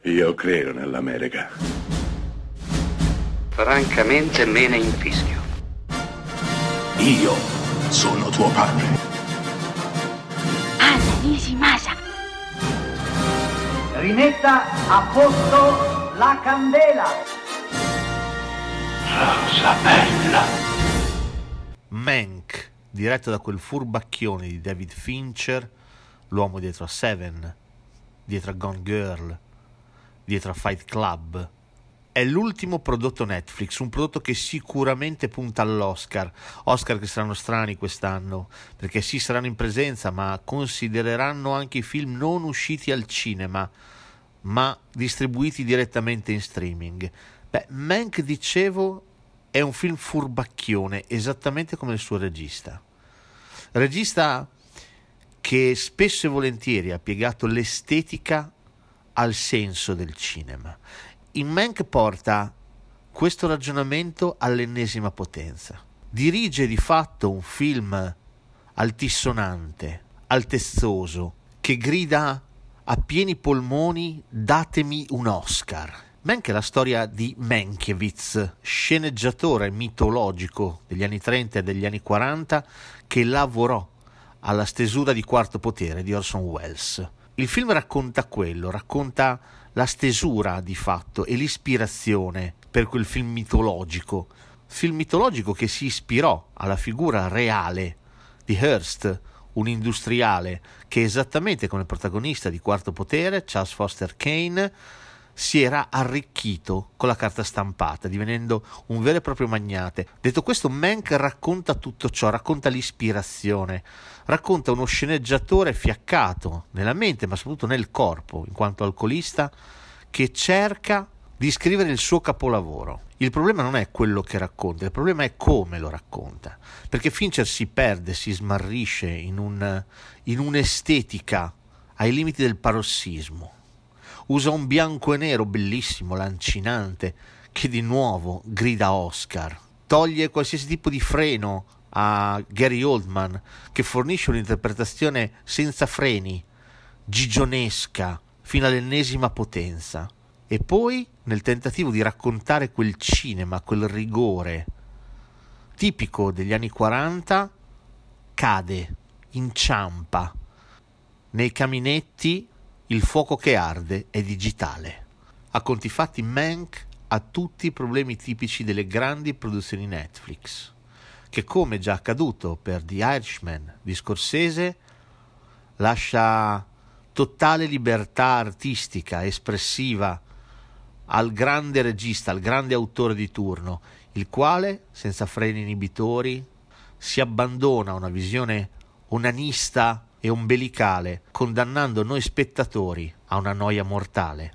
Io credo nell'America. Francamente me ne infischio. Io sono tuo padre. Anna Nishimasa. Rimetta a posto la candela. Rosa bella. Mank, diretto da quel furbacchione di David Fincher, l'uomo dietro a Seven, dietro a Gone Girl, dietro a Fight Club. È l'ultimo prodotto Netflix, un prodotto che sicuramente punta all'Oscar. Oscar che saranno strani quest'anno, perché sì, saranno in presenza, ma considereranno anche i film non usciti al cinema, ma distribuiti direttamente in streaming. Mank, dicevo, è un film furbacchione, esattamente come il suo regista. Regista che spesso e volentieri ha piegato l'estetica al senso del cinema. In Mank porta questo ragionamento all'ennesima potenza. Dirige di fatto un film altisonante, altezzoso, che grida a pieni polmoni: datemi un Oscar. Mank è la storia di Mankiewicz, sceneggiatore mitologico degli anni 30 e degli anni 40, che lavorò alla stesura di Quarto Potere di Orson Welles. Il film racconta quello, racconta la stesura di fatto e l'ispirazione per quel film mitologico che si ispirò alla figura reale di Hearst, un industriale che, esattamente come il protagonista di Quarto Potere, Charles Foster Kane, si era arricchito con la carta stampata, divenendo un vero e proprio magnate. Detto questo, Mank racconta tutto ciò, racconta l'ispirazione, racconta uno sceneggiatore fiaccato nella mente, ma soprattutto nel corpo, in quanto alcolista, che cerca di scrivere il suo capolavoro. Il problema non è quello che racconta, il problema è come lo racconta, perché Fincher si perde, si smarrisce in un'estetica ai limiti del parossismo. Usa un bianco e nero bellissimo, lancinante, che di nuovo grida Oscar. Toglie qualsiasi tipo di freno a Gary Oldman, che fornisce un'interpretazione senza freni, gigionesca, fino all'ennesima potenza. E poi, nel tentativo di raccontare quel cinema, quel rigore tipico degli anni 40, cade, inciampa. Nei caminetti il fuoco che arde è digitale. A conti fatti, Mank ha tutti i problemi tipici delle grandi produzioni Netflix, che, come già accaduto per The Irishman di Scorsese, lascia totale libertà artistica, espressiva al grande regista, al grande autore di turno, il quale, senza freni inibitori, si abbandona a una visione onanista e ombelicale, condannando noi spettatori a una noia mortale.